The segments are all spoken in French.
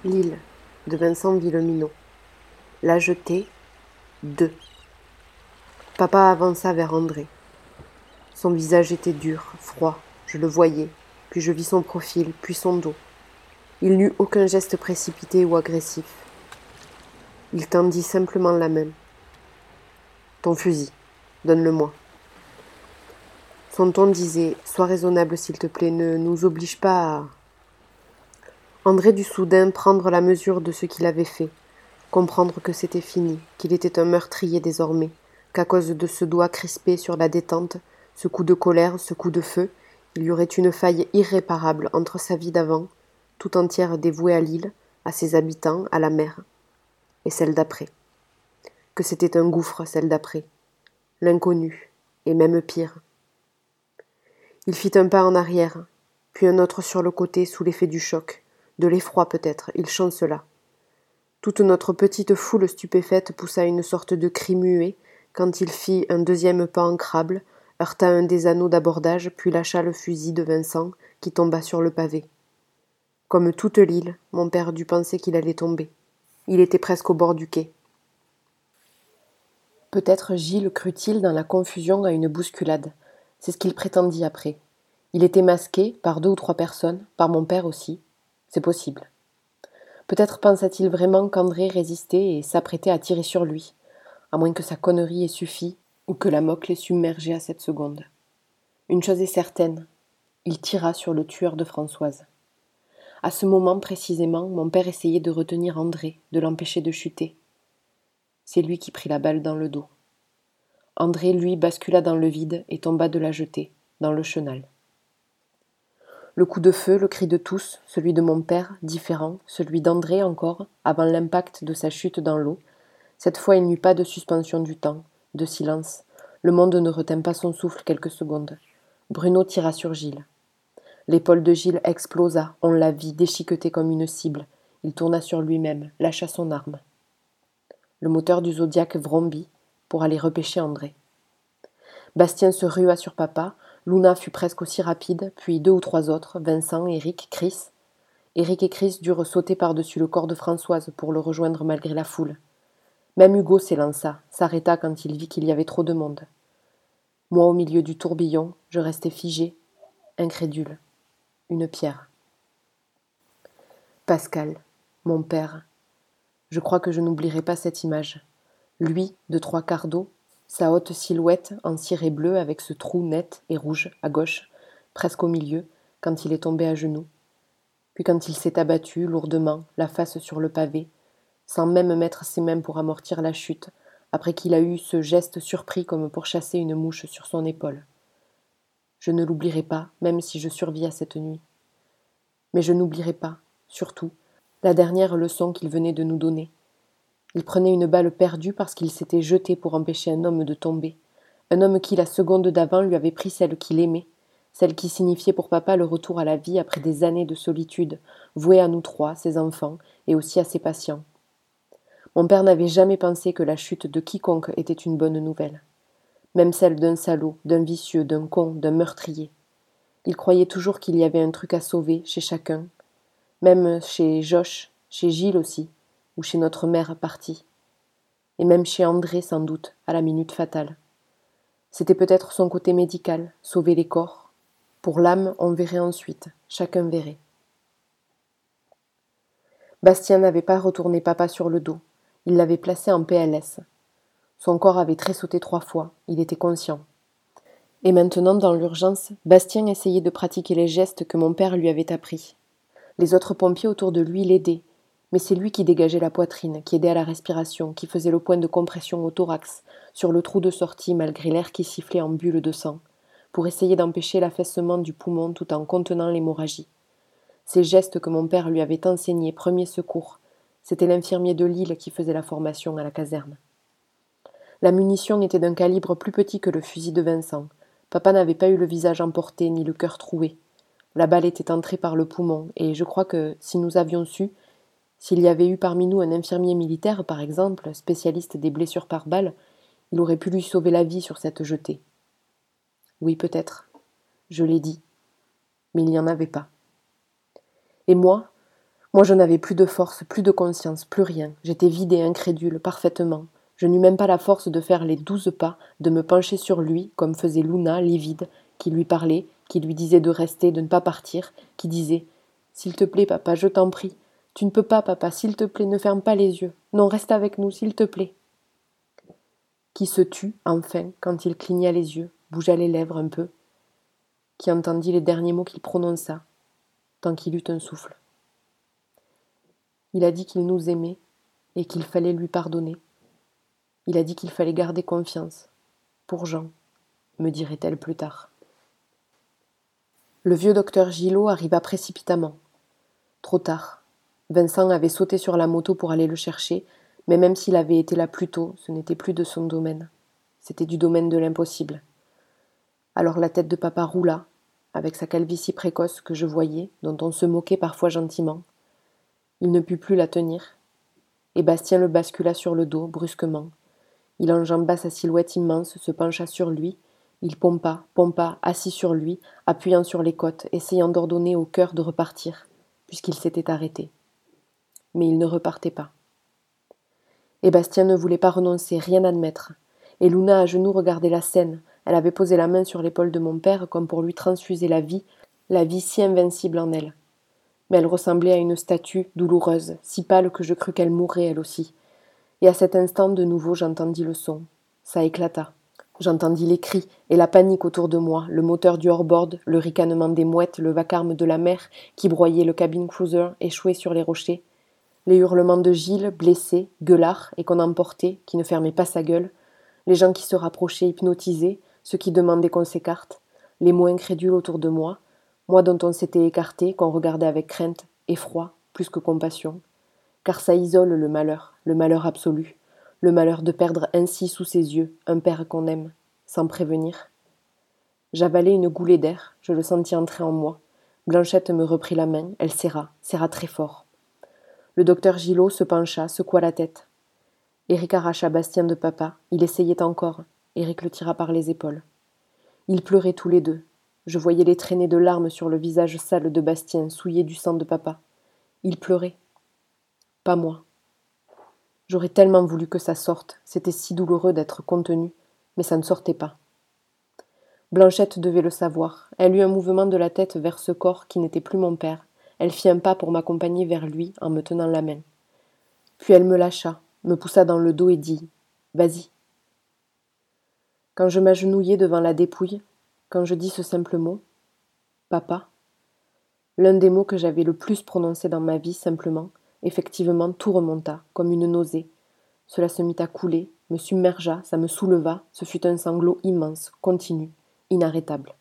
L'île de Vincent Villeminot. La jetée 2. Papa avança vers André. Son visage était dur, froid, je le voyais, puis je vis son profil, puis son dos. Il n'eut aucun geste précipité ou agressif. Il tendit simplement la main. Ton fusil, donne-le-moi. Son ton disait « Sois raisonnable s'il te plaît, ne nous oblige pas à… » André dut soudain prendre la mesure de ce qu'il avait fait, comprendre que c'était fini, qu'il était un meurtrier désormais, qu'à cause de ce doigt crispé sur la détente, ce coup de colère, ce coup de feu, il y aurait une faille irréparable entre sa vie d'avant, tout entière dévouée à l'île, à ses habitants, à la mer, et celle d'après. Que c'était un gouffre, celle d'après, l'inconnu, et même pire. Il fit un pas en arrière, puis un autre sur le côté sous l'effet du choc, de l'effroi peut-être, il chancela. Toute notre petite foule stupéfaite poussa une sorte de cri muet quand il fit un deuxième pas en crabe, heurta un des anneaux d'abordage, puis lâcha le fusil de Vincent, qui tomba sur le pavé. Comme toute l'île, mon père dut penser qu'il allait tomber. Il était presque au bord du quai. Peut-être Gilles crut-il dans la confusion à une bousculade. C'est ce qu'il prétendit après. Il était masqué par 2 ou 3 personnes, par mon père aussi. C'est possible. Peut-être pensa-t-il vraiment qu'André résistait et s'apprêtait à tirer sur lui, à moins que sa connerie ait suffi ou que la moque l'ait submergé à cette seconde. Une chose est certaine, il tira sur le tueur de Françoise. À ce moment précisément, mon père essayait de retenir André, de l'empêcher de chuter. C'est lui qui prit la balle dans le dos. André, lui, bascula dans le vide et tomba de la jetée, dans le chenal. Le coup de feu, le cri de tous, celui de mon père, différent, celui d'André encore, avant l'impact de sa chute dans l'eau. Cette fois, il n'y eut pas de suspension du temps, de silence. Le monde ne retint pas son souffle quelques secondes. Bruno tira sur Gilles. L'épaule de Gilles explosa, on la vit déchiquetée comme une cible. Il tourna sur lui-même, lâcha son arme. Le moteur du Zodiac vrombit pour aller repêcher André. Bastien se rua sur papa. Luna fut presque aussi rapide, puis 2 ou 3 autres, Vincent, Eric, Chris. Eric et Chris durent sauter par-dessus le corps de Françoise pour le rejoindre malgré la foule. Même Hugo s'élança, s'arrêta quand il vit qu'il y avait trop de monde. Moi, au milieu du tourbillon, je restais figé, incrédule. Une pierre. Pascal, mon père. Je crois que je n'oublierai pas cette image. Lui, de 3/4 d'eau, sa haute silhouette en ciré bleu avec ce trou net et rouge à gauche, presque au milieu, quand il est tombé à genoux. Puis quand il s'est abattu, lourdement, la face sur le pavé, sans même mettre ses mains pour amortir la chute, après qu'il a eu ce geste surpris comme pour chasser une mouche sur son épaule. Je ne l'oublierai pas, même si je survis à cette nuit. Mais je n'oublierai pas, surtout, la dernière leçon qu'il venait de nous donner. Il prenait une balle perdue parce qu'il s'était jeté pour empêcher un homme de tomber. Un homme qui, la seconde d'avant, lui avait pris celle qu'il aimait, celle qui signifiait pour papa le retour à la vie après des années de solitude, vouée à nous 3, ses enfants, et aussi à ses patients. Mon père n'avait jamais pensé que la chute de quiconque était une bonne nouvelle. Même celle d'un salaud, d'un vicieux, d'un con, d'un meurtrier. Il croyait toujours qu'il y avait un truc à sauver chez chacun, même chez Josh, chez Gilles aussi, ou chez notre mère partie. Et même chez André sans doute, à la minute fatale. C'était peut-être son côté médical, sauver les corps. Pour l'âme, on verrait ensuite, chacun verrait. Bastien n'avait pas retourné papa sur le dos. Il l'avait placé en PLS. Son corps avait tressauté 3 fois, il était conscient. Et maintenant, dans l'urgence, Bastien essayait de pratiquer les gestes que mon père lui avait appris. Les autres pompiers autour de lui l'aidaient, mais c'est lui qui dégageait la poitrine, qui aidait à la respiration, qui faisait le point de compression au thorax, sur le trou de sortie malgré l'air qui sifflait en bulles de sang, pour essayer d'empêcher l'affaissement du poumon tout en contenant l'hémorragie. Ces gestes que mon père lui avait enseignés, premiers secours, c'était l'infirmier de Lille qui faisait la formation à la caserne. La munition était d'un calibre plus petit que le fusil de Vincent. Papa n'avait pas eu le visage emporté ni le cœur troué. La balle était entrée par le poumon, et je crois que, si nous avions su, s'il y avait eu parmi nous un infirmier militaire, par exemple, spécialiste des blessures par balle, il aurait pu lui sauver la vie sur cette jetée. Oui, peut-être. Je l'ai dit. Mais il n'y en avait pas. Et moi Moi, je n'avais plus de force, plus de conscience, plus rien. J'étais vide et incrédule, parfaitement. Je n'eus même pas la force de faire les 12 pas, de me pencher sur lui, comme faisait Luna, livide, qui lui parlait, qui lui disait de rester, de ne pas partir, qui disait « S'il te plaît, papa, je t'en prie. Tu ne peux pas, papa, s'il te plaît, ne ferme pas les yeux. Non, reste avec nous, s'il te plaît. » Qui se tut, enfin, quand il cligna les yeux, bougea les lèvres un peu, qui entendit les derniers mots qu'il prononça, tant qu'il eut un souffle. Il a dit qu'il nous aimait et qu'il fallait lui pardonner. Il a dit qu'il fallait garder confiance. Pour Jean, me dirait-elle plus tard. Le vieux docteur Gillot arriva précipitamment. Trop tard. Vincent avait sauté sur la moto pour aller le chercher, mais même s'il avait été là plus tôt, ce n'était plus de son domaine. C'était du domaine de l'impossible. Alors la tête de papa roula, avec sa calvitie précoce que je voyais, dont on se moquait parfois gentiment. Il ne put plus la tenir, et Bastien le bascula sur le dos, brusquement. Il enjamba sa silhouette immense, se pencha sur lui, il pompa, assis sur lui, appuyant sur les côtes, essayant d'ordonner au cœur de repartir, puisqu'il s'était arrêté. Mais il ne repartait pas. Et Bastien ne voulait pas renoncer, rien admettre. Et Luna à genoux regardait la scène. Elle avait posé la main sur l'épaule de mon père comme pour lui transfuser la vie si invincible en elle. Mais elle ressemblait à une statue douloureuse, si pâle que je crus qu'elle mourrait elle aussi. Et à cet instant, de nouveau, j'entendis le son. Ça éclata. J'entendis les cris et la panique autour de moi, le moteur du hors-bord, le ricanement des mouettes, le vacarme de la mer qui broyait le cabin cruiser échoué sur les rochers, les hurlements de Gilles, blessé, gueulard, et qu'on emportait, qui ne fermait pas sa gueule, les gens qui se rapprochaient hypnotisés, ceux qui demandaient qu'on s'écarte, les mots incrédules autour de moi, moi dont on s'était écarté, qu'on regardait avec crainte, effroi, plus que compassion. Car ça isole le malheur absolu, le malheur de perdre ainsi sous ses yeux un père qu'on aime, sans prévenir. J'avalai une goulée d'air, je le sentis entrer en moi. Blanchette me reprit la main, elle serra très fort. Le docteur Gillot se pencha, secoua la tête. Éric arracha Bastien de papa, il essayait encore. Éric le tira par les épaules. Ils pleuraient tous les deux. Je voyais les traînées de larmes sur le visage sale de Bastien, souillé du sang de papa. Il pleurait. Pas moi. J'aurais tellement voulu que ça sorte, c'était si douloureux d'être contenu, mais ça ne sortait pas. Blanchette devait le savoir. Elle eut un mouvement de la tête vers ce corps qui n'était plus mon père. Elle fit un pas pour m'accompagner vers lui en me tenant la main. Puis elle me lâcha, me poussa dans le dos et dit « Vas-y ». Quand je m'agenouillai devant la dépouille, quand je dis ce simple mot « Papa », l'un des mots que j'avais le plus prononcé dans ma vie simplement, effectivement tout remonta, comme une nausée. Cela se mit à couler, me submergea, ça me souleva, ce fut un sanglot immense, continu, inarrêtable.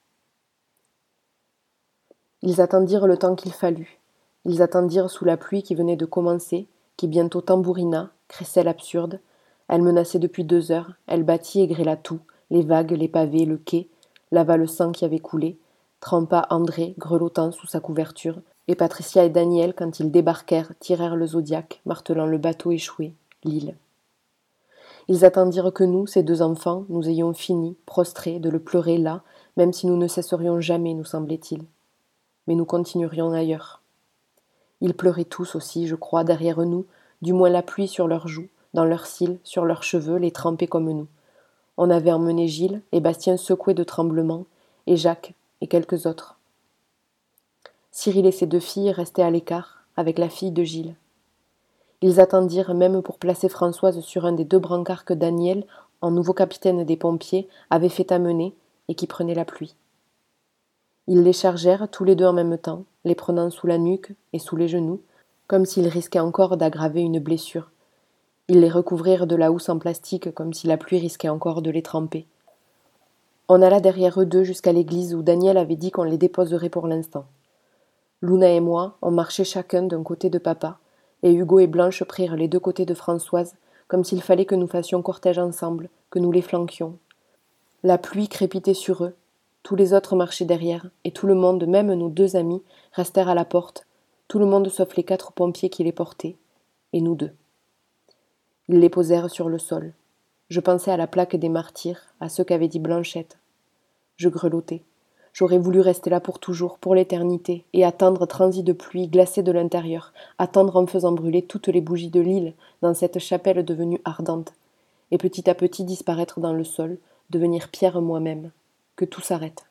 Ils attendirent le temps qu'il fallut. Ils attendirent sous la pluie qui venait de commencer, qui bientôt tambourina, crécelle absurde. Elle menaçait depuis 2 heures, elle battit et grêla tout, les vagues, les pavés, le quai, lava le sang qui avait coulé, trempa André, grelottant sous sa couverture, et Patricia et Daniel, quand ils débarquèrent, tirèrent le zodiaque, martelant le bateau échoué, l'île. Ils attendirent que nous, ces 2 enfants, nous ayons fini, prostrés, de le pleurer là, même si nous ne cesserions jamais, nous semblait-il. Mais nous continuerions ailleurs. Ils pleuraient tous aussi, je crois, derrière nous, du moins la pluie sur leurs joues, dans leurs cils, sur leurs cheveux, les trempés comme nous. On avait emmené Gilles, et Bastien secoué de tremblements, et Jacques, et quelques autres. Cyril et ses 2 filles restaient à l'écart, avec la fille de Gilles. Ils attendirent même pour placer Françoise sur un des 2 brancards que Daniel, en nouveau capitaine des pompiers, avait fait amener, et qui prenait la pluie. Ils les chargèrent tous les 2 en même temps, les prenant sous la nuque et sous les genoux, comme s'ils risquaient encore d'aggraver une blessure. Ils les recouvrirent de la housse en plastique, comme si la pluie risquait encore de les tremper. On alla derrière eux 2 jusqu'à l'église où Daniel avait dit qu'on les déposerait pour l'instant. Luna et moi, on marchait chacun d'un côté de papa, et Hugo et Blanche prirent les 2 côtés de Françoise, comme s'il fallait que nous fassions cortège ensemble, que nous les flanquions. La pluie crépitait sur eux, tous les autres marchaient derrière, et tout le monde, même nos 2 amis, restèrent à la porte, tout le monde sauf les 4 pompiers qui les portaient, et nous 2. Ils les posèrent sur le sol. Je pensais à la plaque des martyrs, à ce qu'avait dit Blanchette. Je grelottais. J'aurais voulu rester là pour toujours, pour l'éternité, et attendre transi de pluie, glacée de l'intérieur, attendre en faisant brûler toutes les bougies de l'île dans cette chapelle devenue ardente, et petit à petit disparaître dans le sol, devenir pierre moi-même, que tout s'arrête.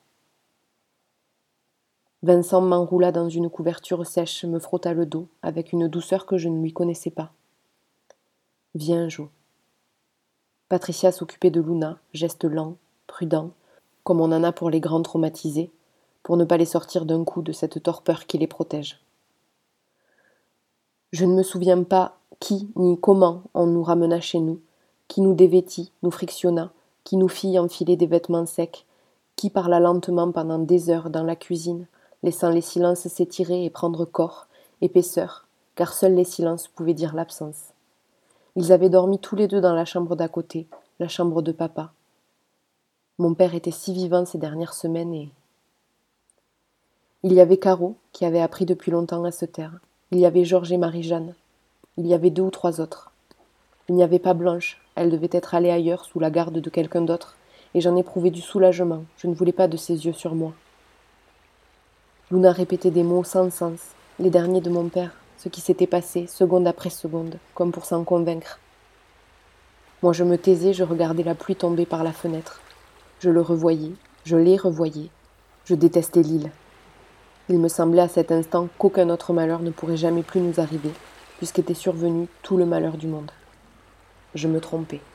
Vincent m'enroula dans une couverture sèche, me frotta le dos, avec une douceur que je ne lui connaissais pas. « Viens, Jo. » Patricia s'occupait de Luna, geste lent, prudent, comme on en a pour les grands traumatisés, pour ne pas les sortir d'un coup de cette torpeur qui les protège. Je ne me souviens pas qui ni comment on nous ramena chez nous, qui nous dévêtit, nous frictionna, qui nous fit enfiler des vêtements secs, qui parla lentement pendant des heures dans la cuisine, laissant les silences s'étirer et prendre corps, épaisseur, car seuls les silences pouvaient dire l'absence. Ils avaient dormi tous les deux dans la chambre d'à côté, la chambre de papa. Mon père était si vivant ces dernières semaines et... Il y avait Caro, qui avait appris depuis longtemps à se taire. Il y avait Georges et Marie-Jeanne. Il y avait 2 ou 3 autres. Il n'y avait pas Blanche, elle devait être allée ailleurs sous la garde de quelqu'un d'autre, et j'en éprouvais du soulagement, je ne voulais pas de ses yeux sur moi. Luna répétait des mots sans sens, les derniers de mon père, ce qui s'était passé, seconde après seconde, comme pour s'en convaincre. Moi je me taisais, je regardais la pluie tomber par la fenêtre. Je le revoyais, je les revoyais. Je détestais l'île. Il me semblait à cet instant qu'aucun autre malheur ne pourrait jamais plus nous arriver, puisqu'était survenu tout le malheur du monde. Je me trompais.